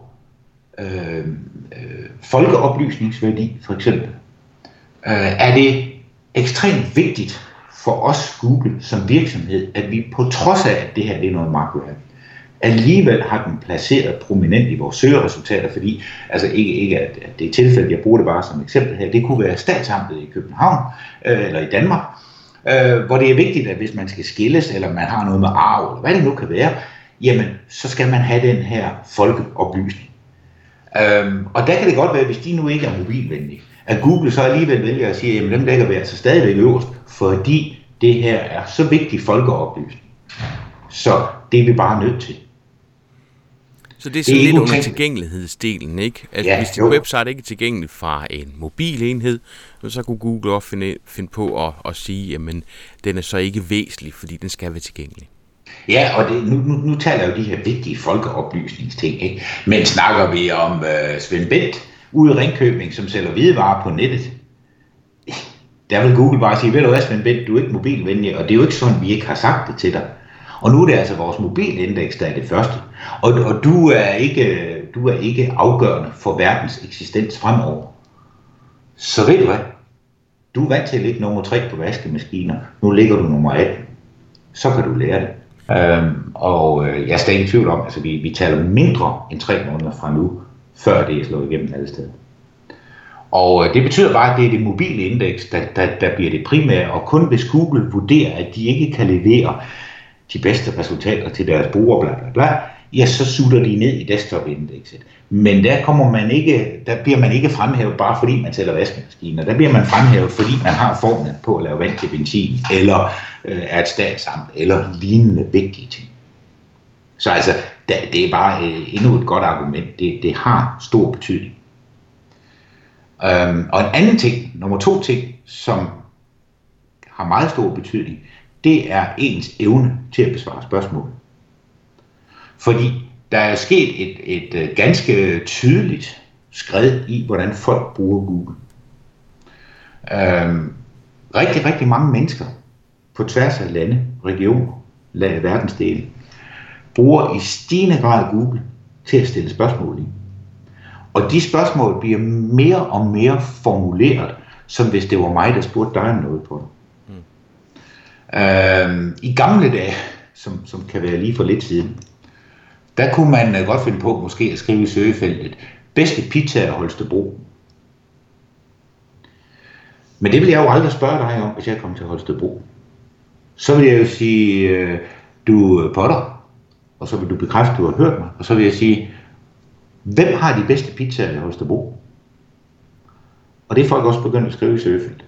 folkeoplysningsværdi for eksempel? Er det ekstremt vigtigt for os Google som virksomhed, at vi på trods af, at det her det er noget makroværk, alligevel har den placeret prominent i vores søgeresultater, fordi, altså ikke at det er tilfældet, jeg bruger det bare som eksempel her, det kunne være Statsamtet i København, eller i Danmark, hvor det er vigtigt, at hvis man skal skilles, eller man har noget med arv, eller hvad det nu kan være, jamen, så skal man have den her folkeoplysning. Og der kan det godt være, hvis de nu ikke er mobilvenlige, at Google så alligevel vælger at sige, jamen dem lægger vi altså stadigvæk øverst, fordi det her er så vigtig folkeoplysning. Så det er vi bare nødt til.
Så det er sådan lidt under tilgængelighedsdelen, ikke? Altså, ja, hvis din website ikke er tilgængelig fra en mobil enhed, så kunne Google også finde på at sige, jamen, den er så ikke væsentlig, fordi den skal være tilgængelig.
Ja, og nu taler jeg jo de her vigtige folkeoplysningsting, ikke? Men snakker vi om Svend Bent ude i Ringkøbing, som sælger hvidevarer på nettet, der vil Google bare sige, ved du hvad, Svend Bent, du er ikke mobilvenlig, og det er jo ikke sådan, vi ikke har sagt det til dig. Og nu er det altså vores mobilindeks, der er det første. Og du er ikke afgørende for verdens eksistens fremover. Så ved du hvad? Du er vant til at ligge nummer 3 på vaskemaskiner. Nu ligger du nummer 18. Så kan du lære det. Jeg er stadig i tvivl om, altså vi taler mindre end 3 måneder fra nu, før det er slået igennem alle steder. Og det betyder bare, at det er det mobile indeks, der bliver det primære, og kun hvis Google vurderer, at de ikke kan levere de bedste resultater til deres brugere, bla bla bla, ja, så sutter de ned i desktop-indekset. Men der bliver man ikke fremhævet bare fordi man sælger vaskemaskiner. Der bliver man fremhævet, fordi man har formlen på at lave vand til benzin, eller er et statsamt, eller lignende vigtige ting. Så altså, det er bare endnu et godt argument. Det har stor betydning. Og en anden ting, nummer 2 ting, som har meget stor betydning, det er ens evne til at besvare spørgsmål. Fordi der er sket et ganske tydeligt skred i, hvordan folk bruger Google. Rigtig, rigtig mange mennesker på tværs af lande, regioner, verdensdele, bruger i stigende grad Google til at stille spørgsmål i. Og de spørgsmål bliver mere og mere formuleret, som hvis det var mig, der spurgte dig om noget på det. I gamle dage, som kan være lige for lidt siden, der kunne man godt finde på måske at skrive i søgefeltet, bedste pizza af Holstebro. Men det vil jeg jo aldrig spørge dig om, hvis jeg kommer til Holstebro. Så vil jeg jo sige, du er Potter, og så vil du bekræfte, at du har hørt mig, og så vil jeg sige, hvem har de bedste pizzaer i Holstebro? Og det er folk også begyndt at skrive i søgefeltet.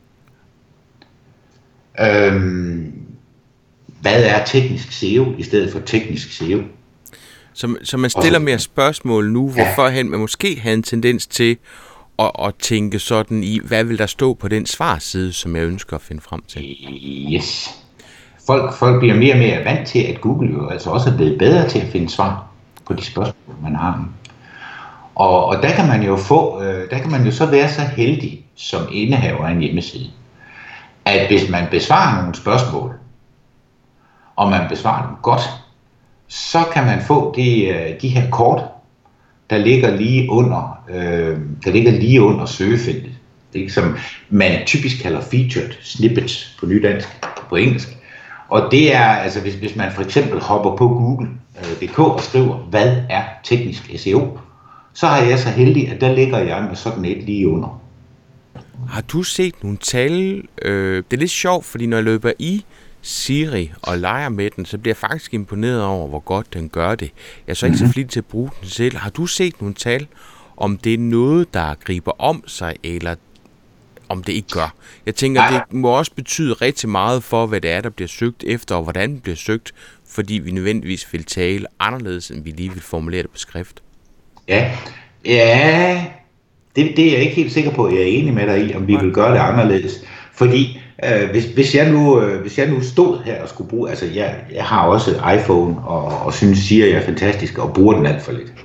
Hvad er teknisk SEO i stedet for teknisk SEO?
Så man stiller mere spørgsmål nu, hvorforhen man måske havde en tendens til at tænke sådan i, hvad vil der stå på den svarside, som jeg ønsker at finde frem til?
Yes. Folk bliver mere og mere vant til, at Google jo altså også er blevet bedre til at finde svar på de spørgsmål, man har. Og der kan man jo så være så heldig som indehaver af en hjemmeside, at hvis man besvarer nogle spørgsmål, og man besvarer dem godt, så kan man få de her kort, der ligger lige under søgefeltet. Det som man typisk kalder featured snippets på nydansk, på engelsk. Og det er, altså hvis man for eksempel hopper på Google.dk og skriver, hvad er teknisk SEO, så er jeg så heldig, at der ligger jeg med sådan et lige under.
Har du set nogle tal? Det er lidt sjovt, fordi når jeg løber i Siri og leger med den, så bliver jeg faktisk imponeret over, hvor godt den gør det. Jeg er så ikke så flittig til at bruge den selv. Har du set nogle tal, om det er noget, der griber om sig, eller om det ikke gør? Jeg tænker, det må også betyde rigtig meget for, hvad det er, der bliver søgt efter, og hvordan det bliver søgt, fordi vi nødvendigvis vil tale anderledes, end vi lige vil formulere det på skrift.
Ja, det er jeg ikke helt sikker på, at jeg er enig med dig i, om vi vil gøre det anderledes. Fordi hvis jeg nu stod her og skulle bruge, altså jeg har også iPhone og synes Siri er fantastisk og bruger den alt for lidt.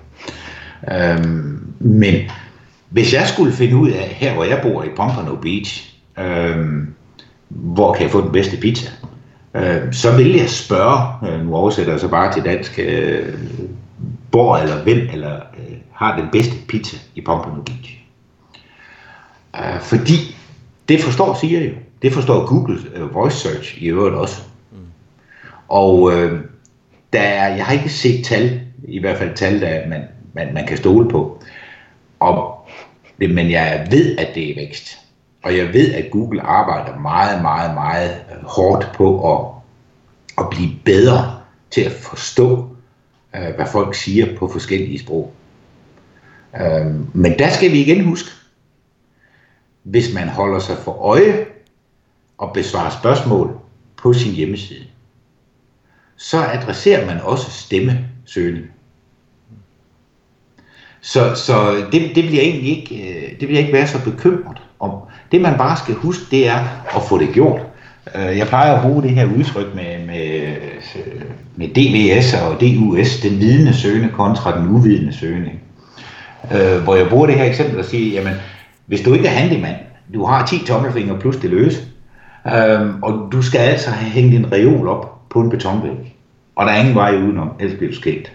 Men hvis jeg skulle finde ud af, her hvor jeg bor i Pompano Beach, hvor kan jeg få den bedste pizza, så vil jeg spørge, nu oversætter jeg så bare til dansk, hvor eller hvem eller har den bedste pizza i Pompano Beach. Fordi det forstår Siri jo. Det forstår Google Voice Search i øvrigt også. Og jeg har ikke set tal, i hvert fald tal, der man kan stole på. Men jeg ved, at det er vækst. Og jeg ved, at Google arbejder meget, meget, meget hårdt på at blive bedre til at forstå, hvad folk siger på forskellige sprog. Men der skal vi igen huske, hvis man holder sig for øje og besvarer spørgsmål på sin hjemmeside, så adresserer man også stemmesøgning. Så det vil jeg egentlig ikke være så bekymret om. Det man bare skal huske, det er at få det gjort. Jeg plejer at bruge det her udtryk med DVS og DUS, den vidende søgende kontra den uvidende søgende. Hvor jeg bruger det her eksempel og siger, jamen, hvis du ikke er handyman, du har 10 tommelfingre plus det løse, og du skal altså have hængt en reol op på en betonvæg, og der er ingen vej udenom, ellers bliver du skægt.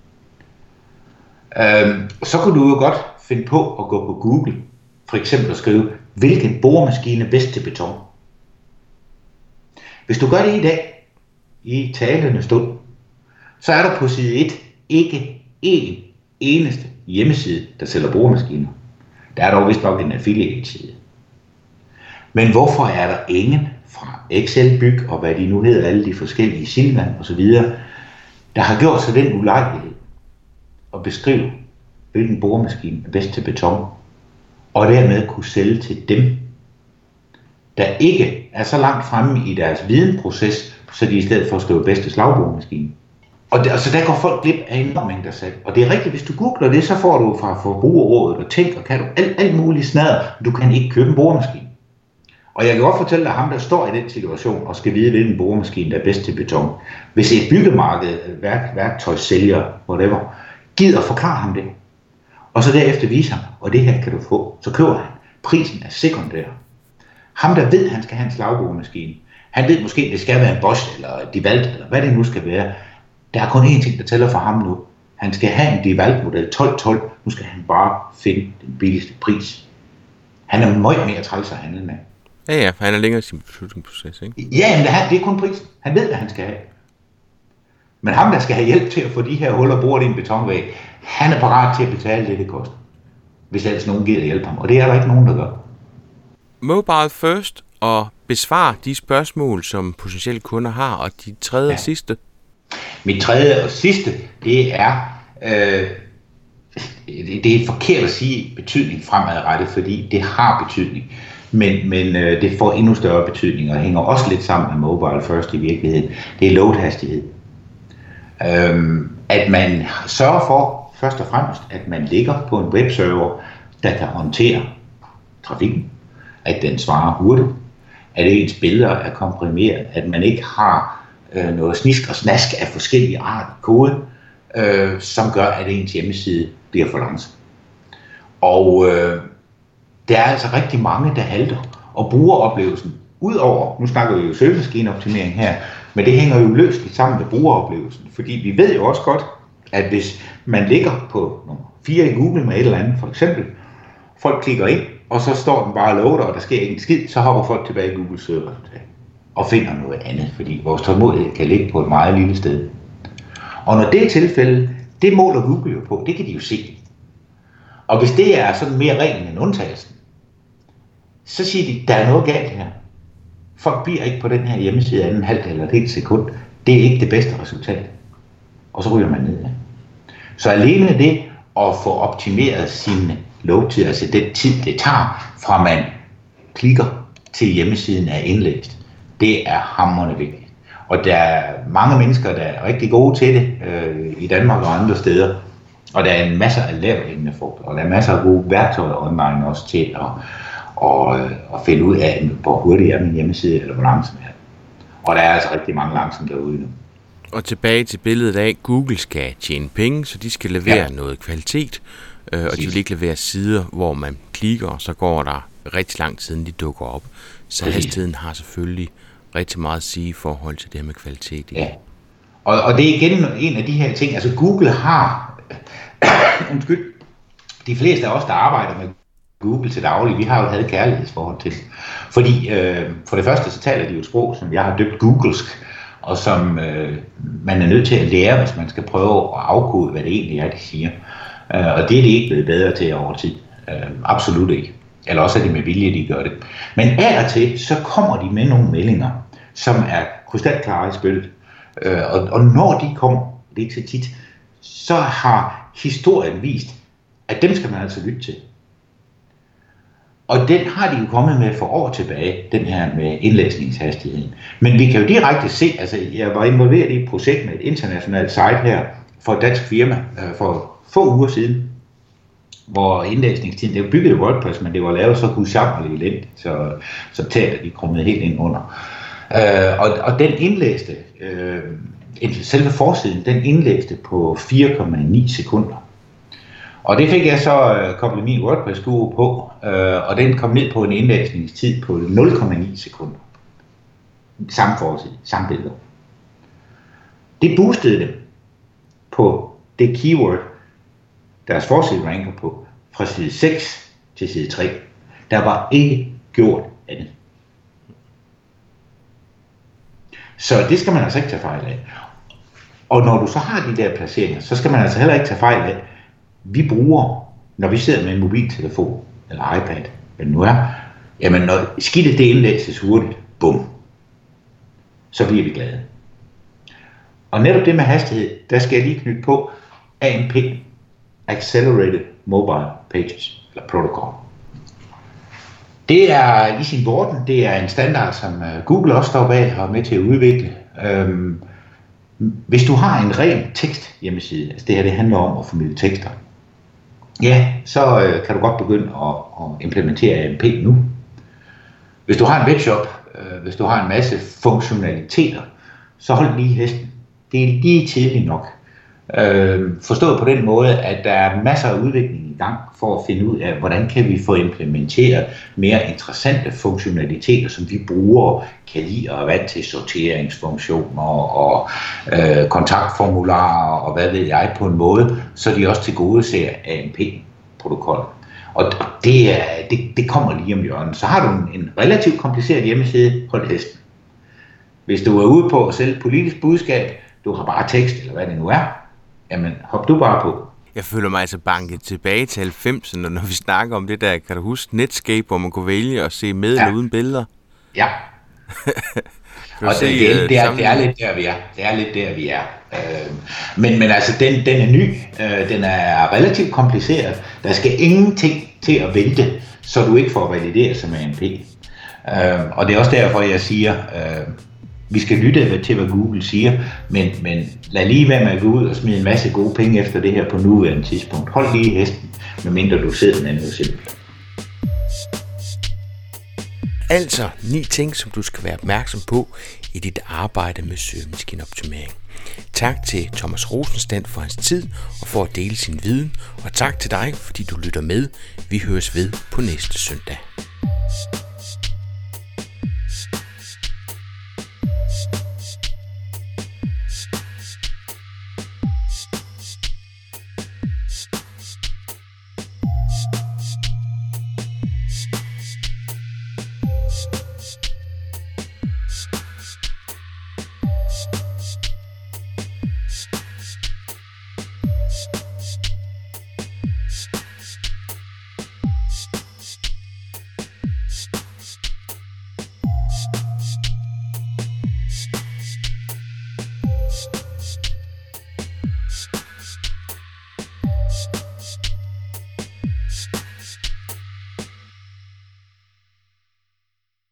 Så kunne du jo godt finde på at gå på Google, for eksempel at skrive, hvilken boremaskine er bedst til beton. Hvis du gør det i dag, i talende stund, så er der på side 1 ikke én eneste hjemmeside, der sælger boremaskiner. Der er dog vist nok en affiliate-side. Men hvorfor er der ingen fra Excel-byg og hvad de nu hedder, alle de forskellige Silvan og så videre, der har gjort sig den ulejlighed at beskrive, hvilken boremaskine er bedst til beton, og dermed kunne sælge til dem, der ikke er så langt fremme i deres videnproces, så de i stedet for at skrive bedste slagboremaskine. Og så der går folk glip af enormt mængder salg. Og det er rigtigt, hvis du googler det, så får du fra Forbrugerrådet og Tænk, og kan du alt muligt snadder, du kan ikke købe en boremaskine. Og jeg kan godt fortælle dig, ham der står i den situation og skal vide, hvilken boremaskine der er bedst til beton. Hvis et byggemarked, værktøjssælger, whatever, gider forklare ham det, og så derefter viser ham, og det her kan du få, så køber han. Prisen er sekundær. Ham der ved, at han skal have en slagboremaskine, han ved måske, at det skal være en Bosch eller DeWalt, eller hvad det nu skal være. Der er kun én ting, der tæller for ham nu. Han skal have en DeWalt model 1212. Nu skal han bare finde den billigste pris. Han er meget mere træls at handle med.
Ja, for han er længere i sin beslutningsproces, ikke?
Ja, men det er kun prisen. Han ved, hvad han skal have. Men ham, der skal have hjælp til at få de her huller boret i en betonvæg, han er parat til at betale det koster. Hvis ellers nogen gider hjælpe ham. Og det er der ikke nogen, der gør.
Mobile first og besvar de spørgsmål, som potentielle kunder har, og de tredje og sidste.
Mit tredje og sidste, det er, det er forkert at sige betydning fremadrettet, fordi det har betydning. Men det får endnu større betydning og hænger også lidt sammen med mobile first i virkeligheden. Det er load-hastighed. At man sørger for, først og fremmest, at man ligger på en webserver, der kan håndtere trafikken, at den svarer hurtigt, at ens billeder er komprimeret, at man ikke har noget snisk og snask af forskellige art kode, som gør, at ens hjemmeside bliver for langsom. Og der er altså rigtig mange, der halter og bruger oplevelsen. Udover, nu snakker vi jo søgemaskineoptimering her, men det hænger jo løsligt sammen med brugeroplevelsen. Fordi vi ved jo også godt, at hvis man ligger på nummer 4 i Google med et eller andet, for eksempel, folk klikker ind, og så står den bare og loader, og der sker ikke en skid, så hopper folk tilbage i Google søgeresultat og finder noget andet, fordi vores tålmodighed kan ligge på et meget lille sted. Og når det er tilfældet, det måler Google jo på, det kan de jo se. Og hvis det er sådan mere reglen end undtagelsen, så siger de, der er noget galt her. Folk bliver ikke på den her hjemmeside anden halvt eller et helt sekund. Det er ikke det bedste resultat. Og så ryger man ned. Ja. Så alene det at få optimeret sin load-tid, altså den tid det tager, fra man klikker til hjemmesiden er indlæst, det er hamrende vigtigt. Og der er mange mennesker, der er rigtig gode til det i Danmark og andre steder. Og der er en masse af lavthængende frugt, og der er masser af gode værktøjer online også til at finde ud af, hvor hurtigt er min hjemmeside, eller hvor langsom er. Og der er altså rigtig mange langsomme derude nu.
Og tilbage til billedet af, Google skal tjene penge, så de skal levere noget kvalitet, og de vil ikke levere sider, hvor man klikker, og så går der rigtig lang tid, de dukker op. Så hastigheden har selvfølgelig rigtig meget at sige i forhold til det her med kvalitet.
Ja, og det er igen en af de her ting, altså Google har, de fleste af os, der arbejder med Google til daglig, vi har jo et kærlighedsforhold til det. Fordi for det første, så taler de jo et sprog, som jeg har døbt googlesk, og som man er nødt til at lære, hvis man skal prøve at afkode, hvad det egentlig er, de siger. Og det er de ikke blevet bedre til over tid. Absolut ikke. Eller også er det med vilje, de gør det. Men af og til, så kommer de med nogle meldinger, som er krystalklare i spillet. Og når de kommer, det er ikke så tit, så har historien vist, at dem skal man altså lytte til. Og den har de jo kommet med for år tilbage, den her med indlæsningshastigheden. Men vi kan jo direkte se, altså jeg var involveret i et projekt med et internationalt site her, for et dansk firma, for få uger siden, hvor indlæsningstiden, det var bygget i WordPress, men det var lavet så gudsjammerligt elendigt, så taler de krummet helt ind under. Og den indlæste, selve forsiden, den indlæste på 4,9 sekunder. Og det fik jeg så koblet min WordPress-guru på, og den kom ned på en indlæsningstid på 0,9 sekunder. Samme forside, samme billeder. Det boostede dem på det keyword, deres forside ranker på, fra side 6 til side 3. Der var ikke gjort andet. Så det skal man altså ikke tage fejl af. Og når du så har de der placeringer, så skal man altså heller ikke tage fejl af, vi bruger, når vi sidder med en mobiltelefon eller iPad, hvad det nu er, jamen når skidtet det indlæses hurtigt, bum, så bliver vi glade. Og netop det med hastighed, der skal jeg lige knytte på AMP, Accelerated Mobile Pages, eller Protocol. Det er i sin vorden, det er en standard, som Google også står bag og er med til at udvikle. Hvis du har en ren tekst hjemmeside, altså det her det handler om at formidle tekster, ja, så kan du godt begynde at implementere AMP nu. Hvis du har en webshop, hvis du har en masse funktionaliteter, så hold lige hesten. Det er lige tidligt nok. Forstået på den måde, at der er masser af udvikling i gang for at finde ud af, hvordan kan vi få implementeret mere interessante funktionaliteter, som vi brugere kan lide og er vant til, sorteringsfunktioner og kontaktformularer og hvad ved jeg, på en måde, så de også tilgodeser AMP-protokollen. Og det kommer lige om hjørnet. Så har du en relativt kompliceret hjemmeside, hold hesten. Hvis du er ude på at sælge politisk budskab, du har bare tekst, eller hvad det nu er, jamen hop du bare på.
Jeg føler mig altså banket tilbage til 90'erne, når vi snakker om det der, kan du huske Netscape, hvor man kunne vælge at se med eller uden billeder?
Ja. Og det er lidt der, vi er. Det er lidt der, vi er. Men altså, den er ny. Den er relativt kompliceret. Der skal ingenting til at vælte, så du ikke får valideret som AMP. Og det er også derfor, jeg siger, vi skal lytte til, hvad Google siger, men lad lige være med at gå ud og smide en masse gode penge efter det her på nuværende tidspunkt. Hold lige hesten, medmindre du sidder med noget simpelt.
Altså 9 ting, som du skal være opmærksom på i dit arbejde med søgemaskineoptimering. Tak til Thomas Rosenstand for hans tid og for at dele sin viden, og tak til dig, fordi du lytter med. Vi høres ved på næste søndag.